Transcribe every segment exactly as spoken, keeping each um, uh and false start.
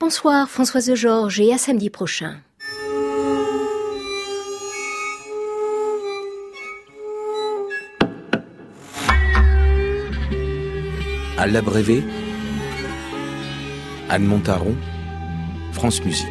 Bonsoir Françoise de Georges et à samedi prochain. À l'Abrévé, Anne Montaron, France Musique.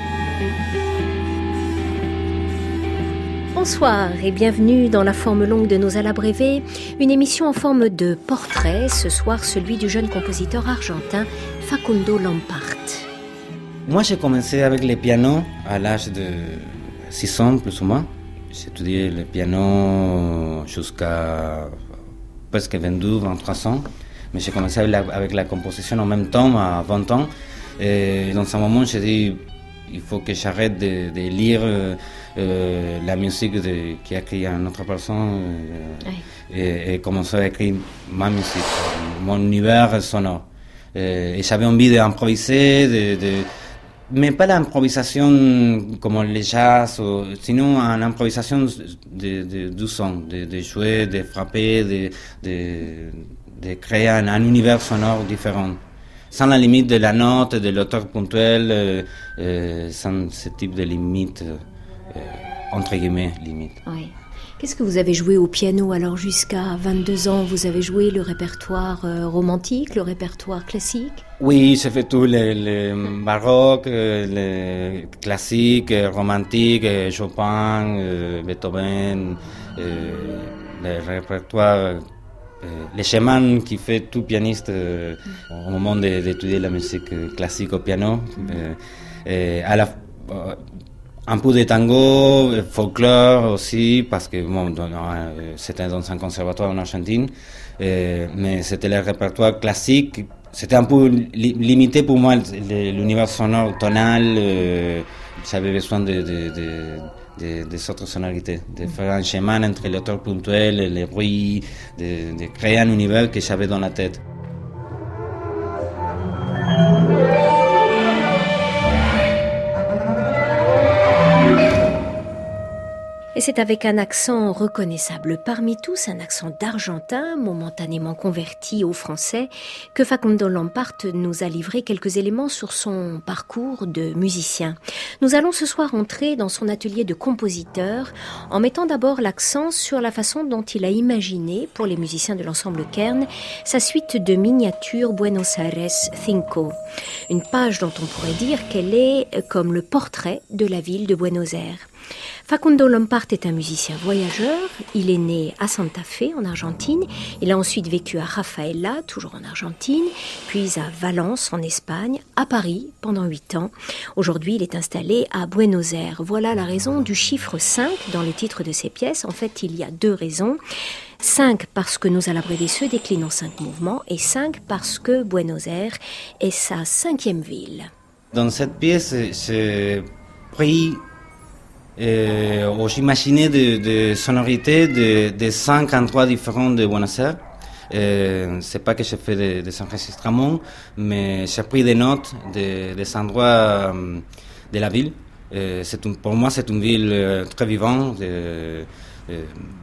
Bonsoir et bienvenue dans la forme longue de nos Alabrévés, une émission en forme de portrait, ce soir celui du jeune compositeur argentin Facundo Lampart. Moi j'ai commencé avec le piano à l'âge de six ans plus ou moins. J'ai étudié le piano jusqu'à presque vingt-deux vingt-trois ans, mais j'ai commencé avec la, avec la composition en même temps à vingt ans. Et dans un moment j'ai dit il faut que j'arrête de, de lire euh, euh, la musique de, qui a écrit une autre personne euh, oui. et, et commencer à écrire ma musique, mon univers sonore. Et, et j'avais envie d'improviser, de, de, mais pas l'improvisation comme le jazz, ou, sinon une improvisation de, de, du son, de, de jouer, de frapper, de, de, de créer un, un univers sonore différent. Sans la limite de la note, de l'auteur ponctuel, euh, euh, sans ce type de limite, euh, entre guillemets, limite. Oui. Qu'est-ce que vous avez joué au piano alors jusqu'à vingt-deux ans? Vous avez joué le répertoire euh, romantique, le répertoire classique? Oui, j'ai fait tout, le, le baroque, le classique, romantique, Chopin, euh, Beethoven, euh, le répertoire... Les schémas qui fait tout pianiste euh, au moment de, d'étudier la musique classique au piano. Euh, et à la, euh, un peu de tango, folklore aussi, parce que bon, dans, euh, c'était dans un conservatoire en Argentine, euh, mais c'était le répertoire classique. C'était un peu li- limité pour moi, l'univers sonore tonal. Euh, j'avais besoin de... de, de Des, des autres sonorités, de faire un chemin entre l'auteur ponctuel et les bruits, de, de créer un univers que j'avais dans la tête. Et c'est avec un accent reconnaissable parmi tous, un accent d'Argentin, momentanément converti au français, que Facundo Lampart nous a livré quelques éléments sur son parcours de musicien. Nous allons ce soir entrer dans son atelier de compositeur en mettant d'abord l'accent sur la façon dont il a imaginé, pour les musiciens de l'ensemble Kern, sa suite de miniatures Buenos Aires Cinco. Une page dont on pourrait dire qu'elle est comme le portrait de la ville de Buenos Aires. Facundo Lampart est un musicien voyageur. Il est né à Santa Fe, en Argentine. Il a ensuite vécu à Rafaela, toujours en Argentine, puis à Valence, en Espagne, à Paris, pendant huit ans. Aujourd'hui, il est installé à Buenos Aires. Voilà la raison du chiffre cinq dans le titre de ses pièces. En fait, il y a deux raisons. cinq parce que Nos Alabrévés se décline en cinq mouvements, et cinq parce que Buenos Aires est sa cinquième ville. Dans cette pièce, j'ai pris... Euh, j'imaginais des de sonorités de, de cinq endroits différents de Buenos Aires. Euh, c'est pas que j'ai fait des, des enregistrements, mais j'ai pris des notes de, des endroits euh, de la ville. Euh, c'est une, pour moi, c'est une ville euh, très vivante, euh, euh,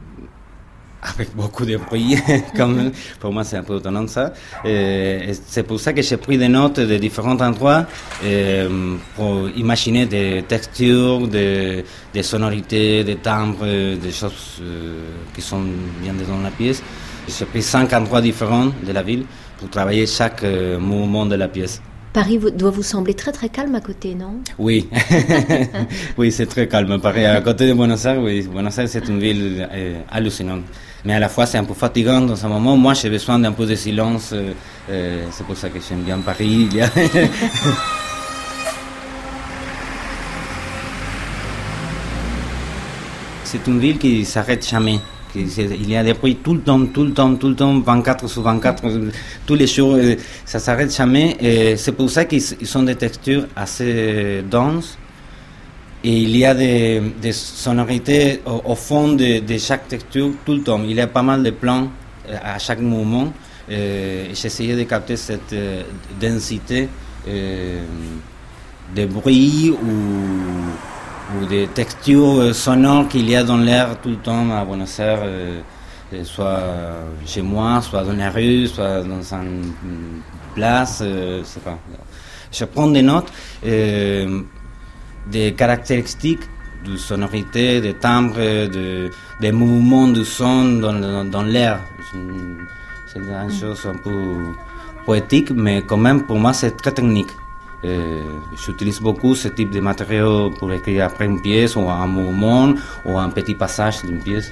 avec beaucoup de bruit. Comme, pour moi, c'est un peu étonnant ça. Et, et c'est pour ça que j'ai pris des notes de différents endroits euh, pour imaginer des textures, des, des sonorités, des timbres, des choses euh, qui sont bien dans la pièce. J'ai pris cinq endroits différents de la ville pour travailler chaque euh, mouvement de la pièce. Paris doit vous sembler très très calme à côté, non? Oui, oui, c'est très calme. Paris, à côté de Buenos Aires, oui, Buenos Aires c'est une ville euh, hallucinante. Mais à la fois c'est un peu fatigant dans ce moment. Moi j'ai besoin d'un peu de silence, euh, euh, c'est pour ça que j'aime bien Paris. C'est une ville qui s'arrête jamais. Il y a des bruits tout le temps, tout le temps, tout le temps, vingt-quatre sur vingt-quatre, tous les jours, ça s'arrête jamais. Et c'est pour ça qu'ils sont des textures assez denses. Et il y a des, des sonorités au, au fond de, de chaque texture tout le temps. Il y a pas mal de plans à chaque mouvement. Et j'essayais de capter cette euh, densité euh, de bruit ou, ou de textures sonores qu'il y a dans l'air tout le temps à Buenos Aires, euh, soit chez moi, soit dans la rue, soit dans une place, euh, je sais pas. je prends des notes, euh, des caractéristiques de sonorité, des timbres, de, des mouvements du son dans, dans, dans l'air. C'est une chose un peu poétique, mais quand même pour moi c'est très technique. Euh, j'utilise beaucoup ce type de matériaux pour écrire après une pièce, ou un mouvement, ou un petit passage d'une pièce.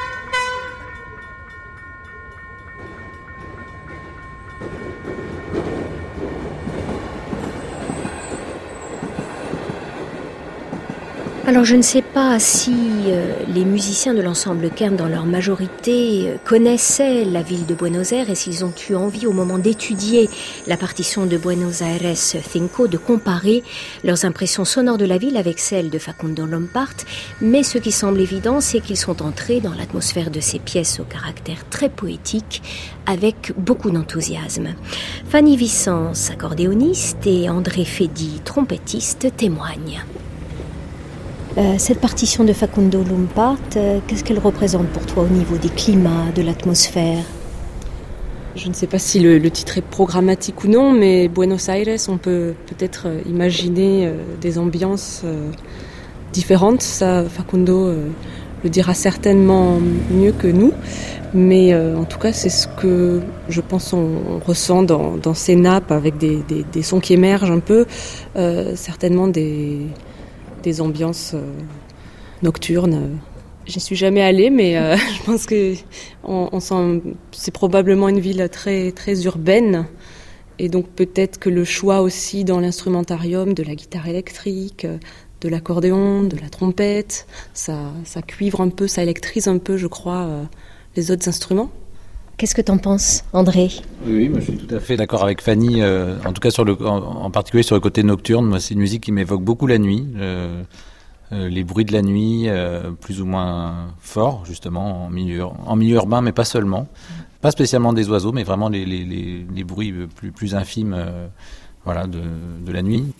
Alors je ne sais pas si euh, les musiciens de l'ensemble Kern, dans leur majorité, euh, connaissaient la ville de Buenos Aires et s'ils ont eu envie au moment d'étudier la partition de Buenos Aires Cinco de comparer leurs impressions sonores de la ville avec celles de Facundo Lompart, mais ce qui semble évident, c'est qu'ils sont entrés dans l'atmosphère de ces pièces au caractère très poétique avec beaucoup d'enthousiasme. Fanny Vicence, accordéoniste, et André Fedi, trompettiste, témoignent. Euh, cette partition de Facundo Lompart, euh, qu'est-ce qu'elle représente pour toi au niveau des climats, de l'atmosphère ? Je ne sais pas si le, le titre est programmatique ou non, mais Buenos Aires, on peut peut-être imaginer euh, des ambiances euh, différentes. Ça, Facundo euh, le dira certainement mieux que nous, mais euh, en tout cas, c'est ce que je pense on, on ressent dans, dans ces nappes avec des, des, des sons qui émergent un peu, euh, certainement des... des ambiances euh, nocturnes. Je n'y suis jamais allée, mais euh, je pense que on, on sent, c'est probablement une ville très, très urbaine. Et donc peut-être que le choix aussi dans l'instrumentarium de la guitare électrique, de l'accordéon, de la trompette, ça, ça cuivre un peu, ça électrise un peu, je crois, euh, les autres instruments. Qu'est-ce que t'en penses, André ? Oui, oui, moi je suis tout à fait d'accord avec Fanny. Euh, en tout cas, sur le, en, en particulier sur le côté nocturne, moi c'est une musique qui m'évoque beaucoup la nuit, euh, euh, les bruits de la nuit, euh, plus ou moins forts, justement en milieu, en milieu urbain, mais pas seulement. Pas spécialement des oiseaux, mais vraiment les, les, les, les bruits plus, plus infimes, euh, voilà, de, de la nuit.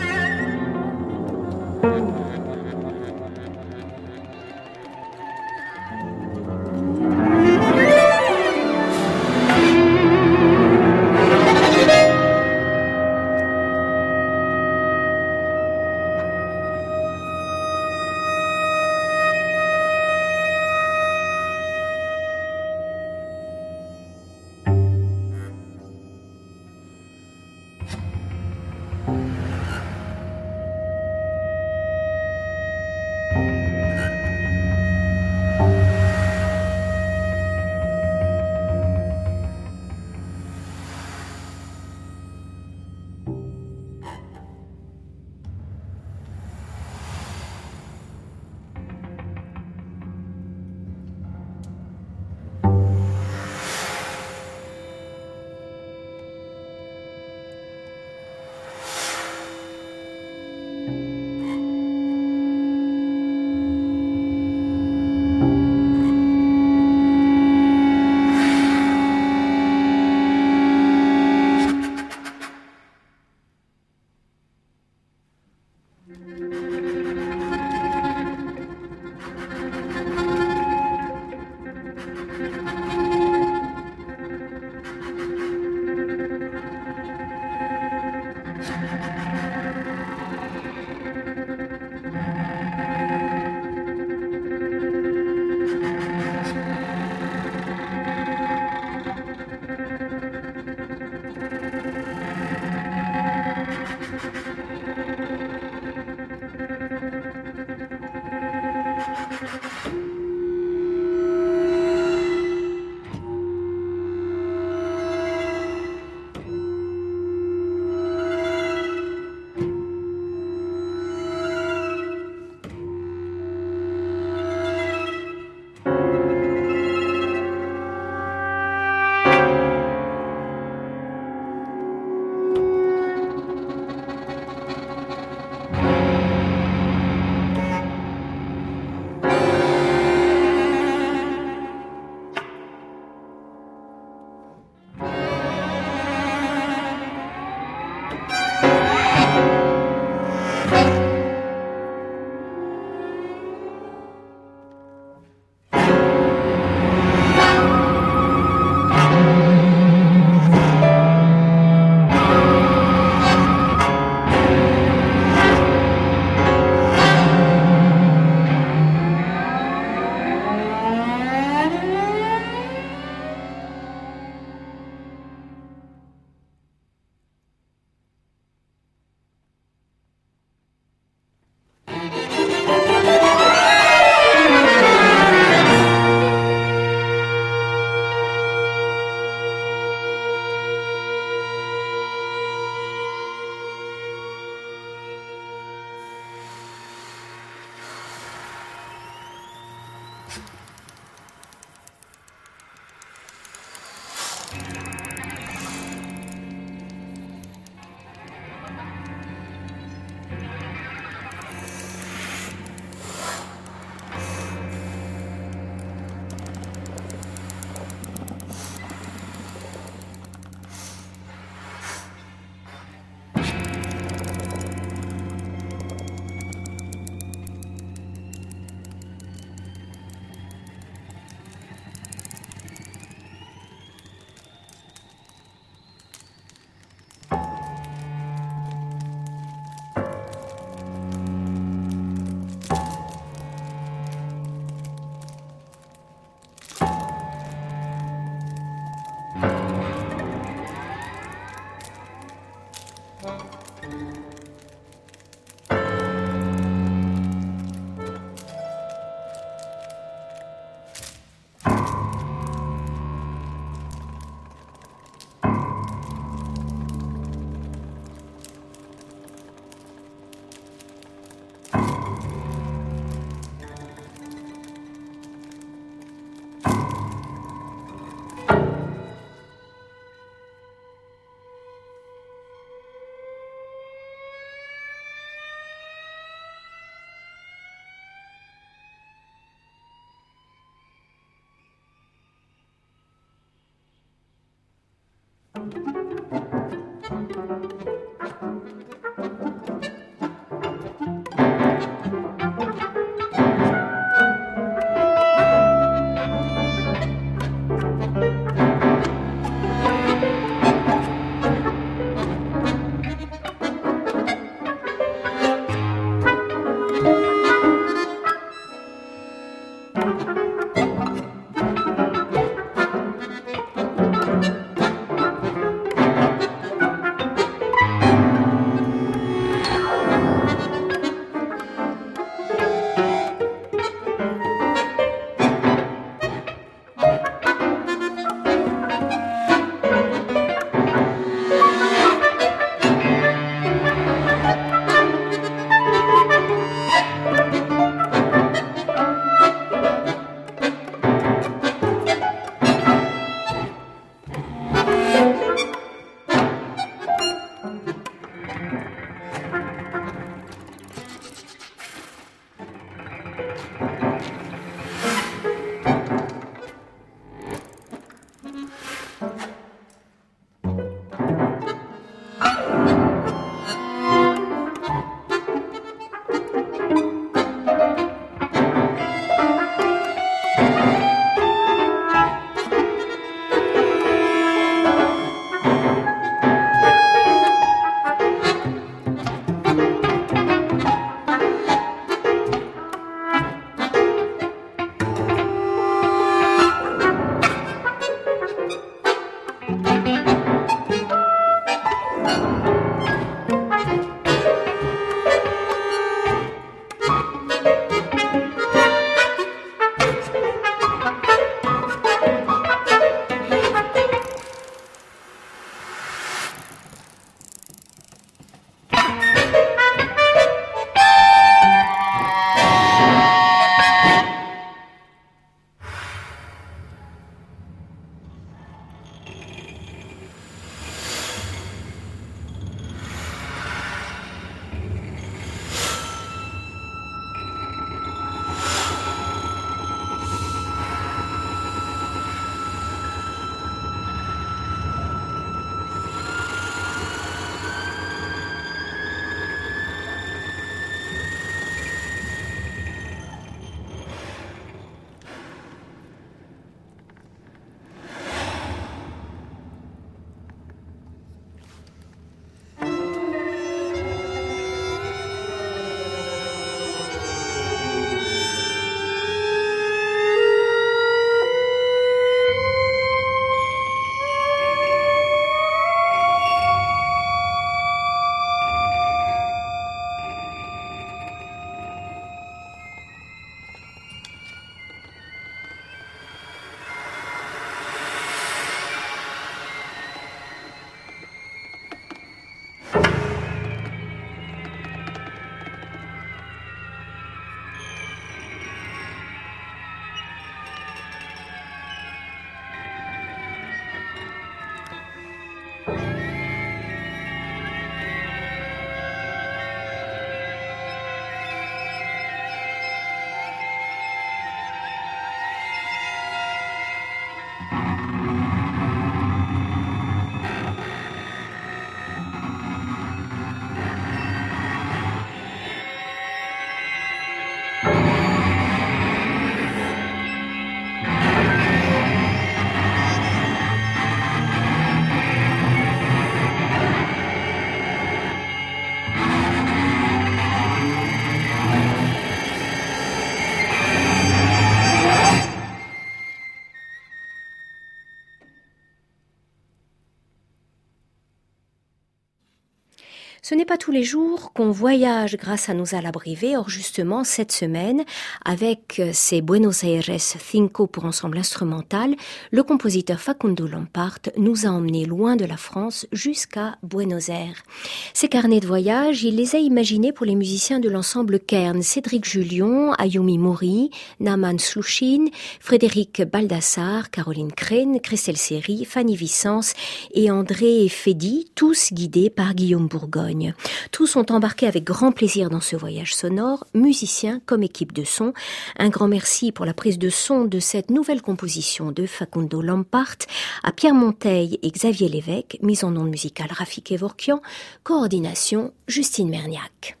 Ce n'est pas tous les jours qu'on voyage grâce à nos à la Brevet. Or justement, cette semaine, avec ses Buenos Aires Cinco pour ensemble instrumental, le compositeur Facundo Lampart nous a emmenés loin de la France jusqu'à Buenos Aires. Ces carnets de voyage, il les a imaginés pour les musiciens de l'ensemble Kern, Cédric Julion, Ayumi Mori, Naman Slushin, Frédéric Baldassar, Caroline Crane, Christelle Seri, Fanny Vicence et André Fédy, tous guidés par Guillaume Bourgogne. Tous sont embarqués avec grand plaisir dans ce voyage sonore, musiciens comme équipe de son. Un grand merci pour la prise de son de cette nouvelle composition de Facundo Lampart, à Pierre Monteil et Xavier Lévesque, mise en onde musicale Rafik Kevorkian, coordination Justine Merniac.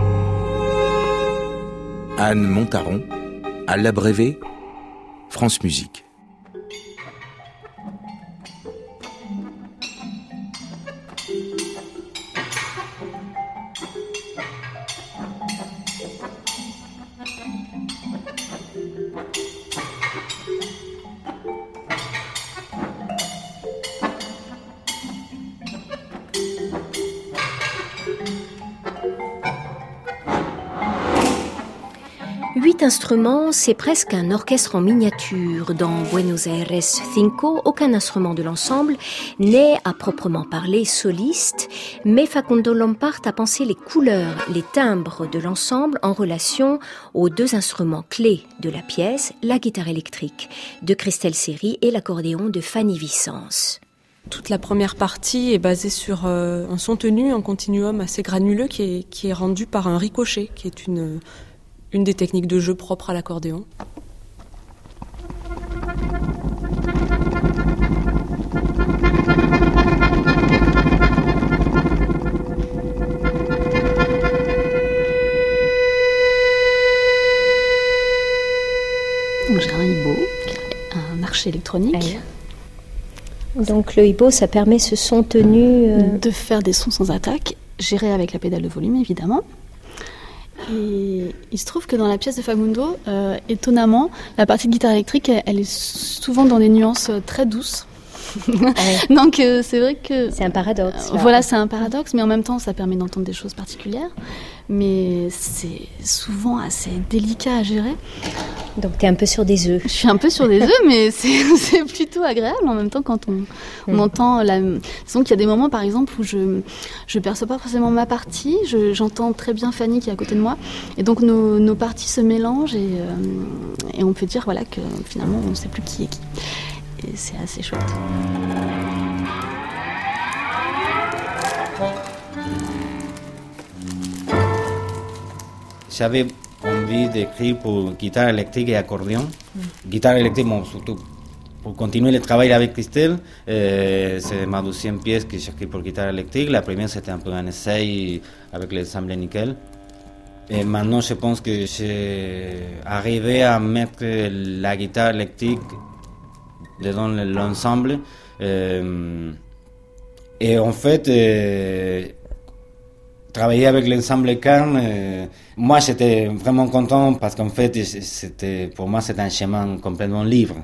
Anne Montaron, à l'Abrévé, France Musique. Huit instruments, c'est presque un orchestre en miniature. Dans Buenos Aires Cinco, aucun instrument de l'ensemble n'est à proprement parler soliste, mais Facundo Lampart a pensé les couleurs, les timbres de l'ensemble en relation aux deux instruments clés de la pièce, la guitare électrique de Christelle Seri et l'accordéon de Fanny Vicence. Toute la première partie est basée sur euh, un son tenu, un continuum assez granuleux qui est, qui est rendu par un ricochet, qui est une... une des techniques de jeu propres à l'accordéon. Donc j'ai un hibou, un archet électronique. Ouais. Donc le hibou, ça permet ce son tenu... Euh... de faire des sons sans attaque, géré avec la pédale de volume évidemment. Et il se trouve que dans la pièce de Facundo, euh, étonnamment, la partie de guitare électrique, elle, elle est souvent dans des nuances très douces. Ouais. Donc euh, c'est vrai que... C'est un paradoxe. Euh, voilà, c'est un paradoxe, mais en même temps, ça permet d'entendre des choses particulières. Mais c'est souvent assez délicat à gérer. Donc tu es un peu sur des œufs. Je suis un peu sur des œufs, mais c'est, c'est plutôt agréable en même temps quand on, on mmh. entend la... Disons qu'il y a des moments, par exemple, où je ne perçois pas forcément ma partie. Je, j'entends très bien Fanny qui est à côté de moi. Et donc nos, nos parties se mélangent et, euh, et on peut dire voilà, que finalement, on ne sait plus qui est qui. Et c'est assez chouette. J'avais envie d'écrire pour guitare électrique et accordéon. Mm. Guitare électrique, bon, surtout pour continuer le travail avec Christelle. Euh, c'est ma deuxième pièce que j'écris pour guitare électrique. La première, c'était un peu un essai avec l'ensemble nickel. Et maintenant, je pense que j'ai arrivé à mettre la guitare électrique dans l'ensemble. Euh, et en fait, euh, travailler avec l'ensemble Kern, euh, moi j'étais vraiment content parce qu'en fait, c'était, pour moi, c'était un chemin complètement libre.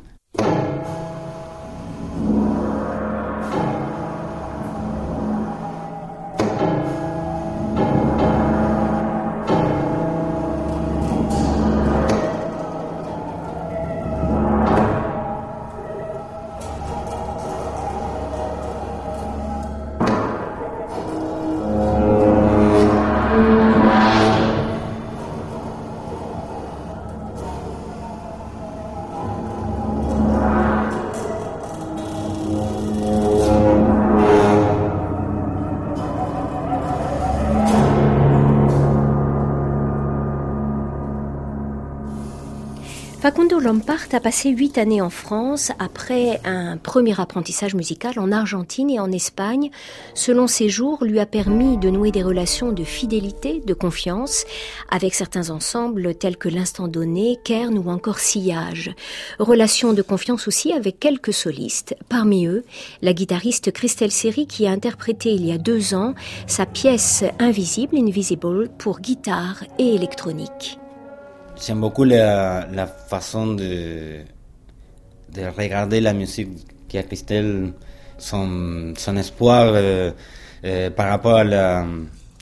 Facundo Lampart a passé huit années en France après un premier apprentissage musical en Argentine et en Espagne. Ce long séjour lui a permis de nouer des relations de fidélité, de confiance avec certains ensembles tels que l'Instant Donné, Kern ou encore Sillage. Relations de confiance aussi avec quelques solistes, parmi eux la guitariste Christelle Seri qui a interprété il y a deux ans sa pièce Invisible, Invisible pour guitare et électronique. J'aime beaucoup la, la façon de, de regarder la musique qu'a Christelle, son, son espoir euh, euh, par rapport à la,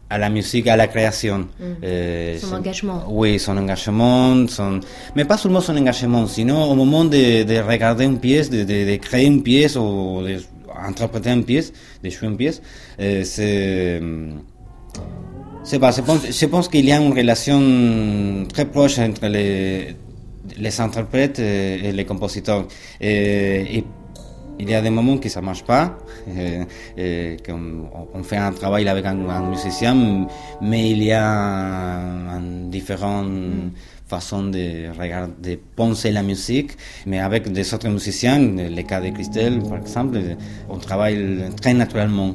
à la musique, à la création. Mmh. Euh, son engagement. Oui, son engagement, son... mais pas seulement son engagement, sinon au moment de, de regarder une pièce, de, de, de créer une pièce ou d'interpréter une pièce, de jouer une pièce, euh, c'est... c'est pas, je pense, je pense qu'il y a une relation très proche entre les, les interprètes et, et les compositeurs. Et, et il y a des moments que ça marche pas, et, et qu'on on fait un travail avec un, un musicien, mais il y a un, un différentes mm. façons de regarder, de penser la musique. Mais avec des autres musiciens, le cas de Christelle par exemple, on travaille très naturellement.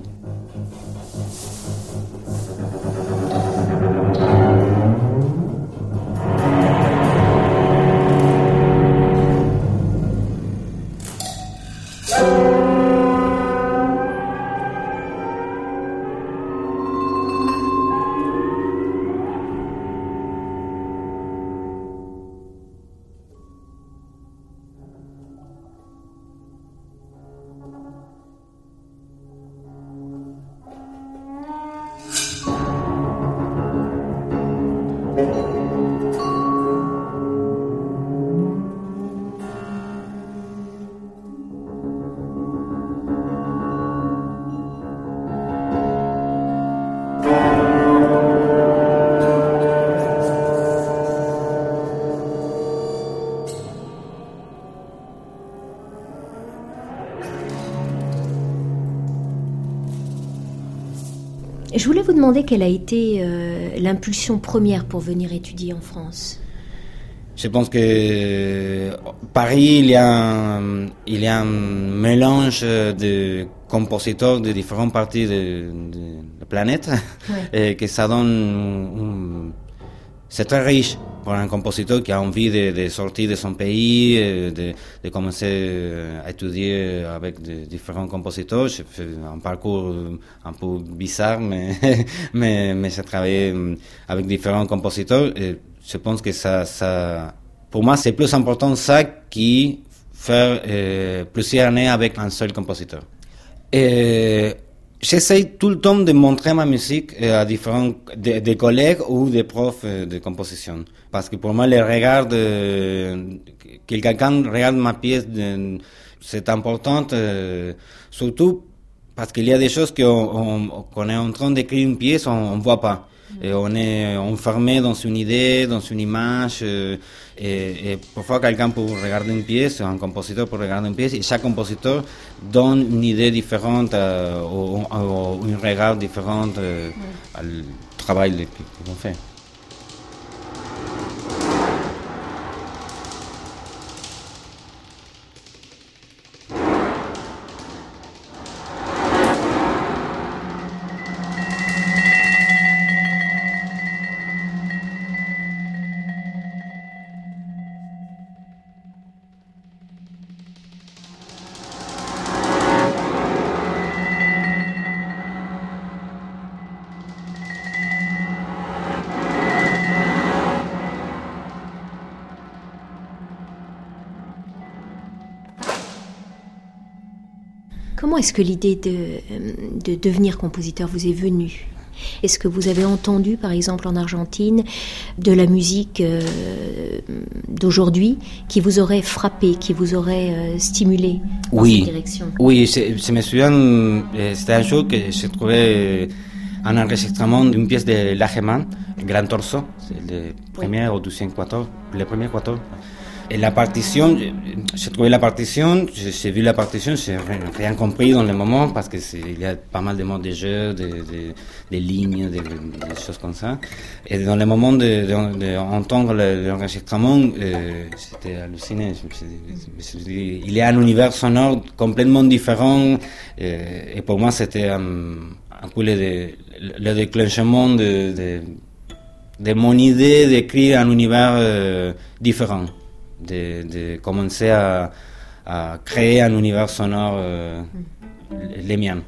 Je voulais vous demander quelle a été euh, l'impulsion première pour venir étudier en France. Je pense que Paris, il y a un, il y a un mélange de compositeurs de différentes parties de, de la planète, ouais. Et que ça donne... Un, c'est très riche pour un compositeur qui a envie de, de sortir de son pays, de, de commencer à étudier avec de différents compositeurs. J'ai fait un parcours un peu bizarre, mais, mais, mais j'ai travaillé avec différents compositeurs. Et je pense que ça, ça, pour moi, c'est plus important ça que faire euh, plusieurs années avec un seul compositeur. Et j'essaie tout le temps de montrer ma musique à différents des, des collègues ou des profs de composition. Parce que pour moi, le regard de, que quelqu'un regarde ma pièce, de, c'est important, euh, surtout parce qu'il y a des choses qu'on on, qu'on est en train d'écrire une pièce, on ne voit pas. Et on est enfermé dans une idée, dans une image. Euh, et, et parfois, quelqu'un peut regarder une pièce, un compositeur peut regarder une pièce, et chaque compositeur donne une idée différente euh, ou, ou, ou un regard différent euh, ouais. au travail qu'on fait. Comment est-ce que l'idée de, de devenir compositeur vous est venue ? Est-ce que vous avez entendu, par exemple en Argentine, de la musique euh, d'aujourd'hui qui vous aurait frappé, qui vous aurait euh, stimulé dans oui. cette direction ? Oui, je, je me souviens, c'était un jour que j'ai trouvé un enregistrement d'une pièce de Lageman, Grand Torso, c'est le premier oui. ou deuxième quator, le premier quator. Et la partition, j'ai trouvé la partition, j'ai vu la partition, j'ai rien compris dans le moment parce que c'est, il y a pas mal de mots de jeu, de, de, de lignes, de, de choses comme ça. Et dans le moment d'entendre de, de, l'enregistrement, euh, j'étais halluciné. Je me suis dit, je me suis dit, il y a un univers sonore complètement différent. Et, et pour moi, c'était un, un peu le, le déclenchement de, de, de mon idée d'écrire un univers euh, différent. De, de commencer à, à créer un univers sonore euh, les miens.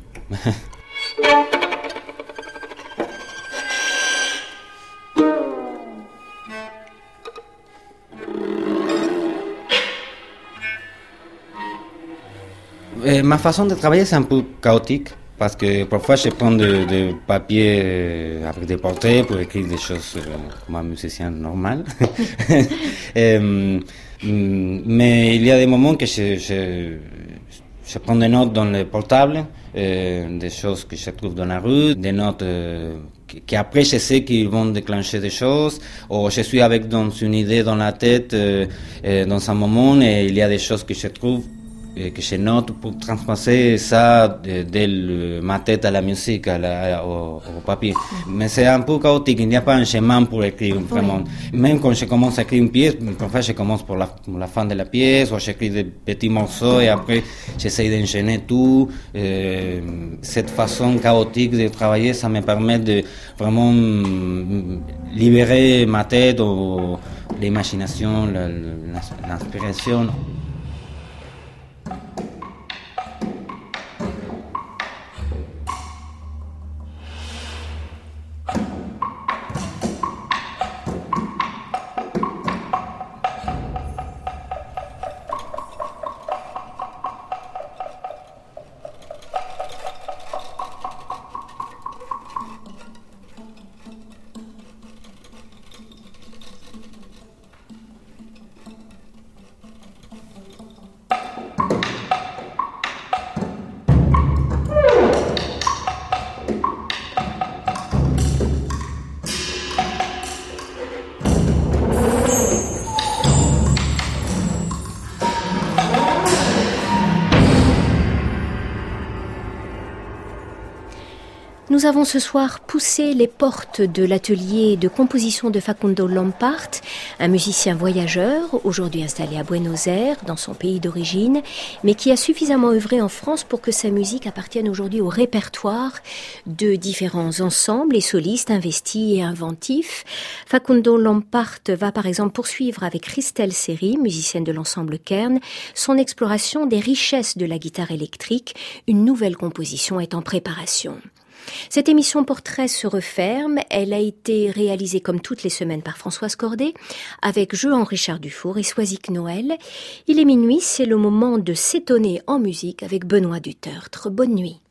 Et ma façon de travailler, c'est un peu chaotique parce que parfois je prends des de papiers avec des portraits pour écrire des choses comme un musicien normal. et, mais il y a des moments que je, je, je prends des notes dans le portable, euh, des choses que je trouve dans la rue, des notes euh, qu'après je sais qu'ils vont déclencher des choses, ou je suis avec dans une idée dans la tête euh, euh, dans un moment et il y a des choses que je trouve et que je note pour transposer ça de, de ma tête à la musique, à la, au, au papier. Mais c'est un peu chaotique, il n'y a pas un chemin pour écrire vraiment. Oui. Même quand je commence à écrire une pièce, parfois je commence pour la, pour la fin de la pièce, ou j'écris des petits morceaux et après j'essaie d'enchaîner tout. Euh, cette façon chaotique de travailler, ça me permet de vraiment libérer ma tête, ou l'imagination, l'inspiration. Nous avons ce soir poussé les portes de l'atelier de composition de Facundo Lampart, un musicien voyageur, aujourd'hui installé à Buenos Aires, dans son pays d'origine, mais qui a suffisamment œuvré en France pour que sa musique appartienne aujourd'hui au répertoire de différents ensembles et solistes investis et inventifs. Facundo Lampart va par exemple poursuivre avec Christelle Seri, musicienne de l'ensemble Kern, son exploration des richesses de la guitare électrique. Une nouvelle composition est en préparation. Cette émission Portrait se referme. Elle a été réalisée comme toutes les semaines par Françoise Cordet, avec Jehan Richard Dufour et Soisic Noël. Il est minuit, c'est le moment de s'étonner en musique avec Benoît Dutertre. Bonne nuit.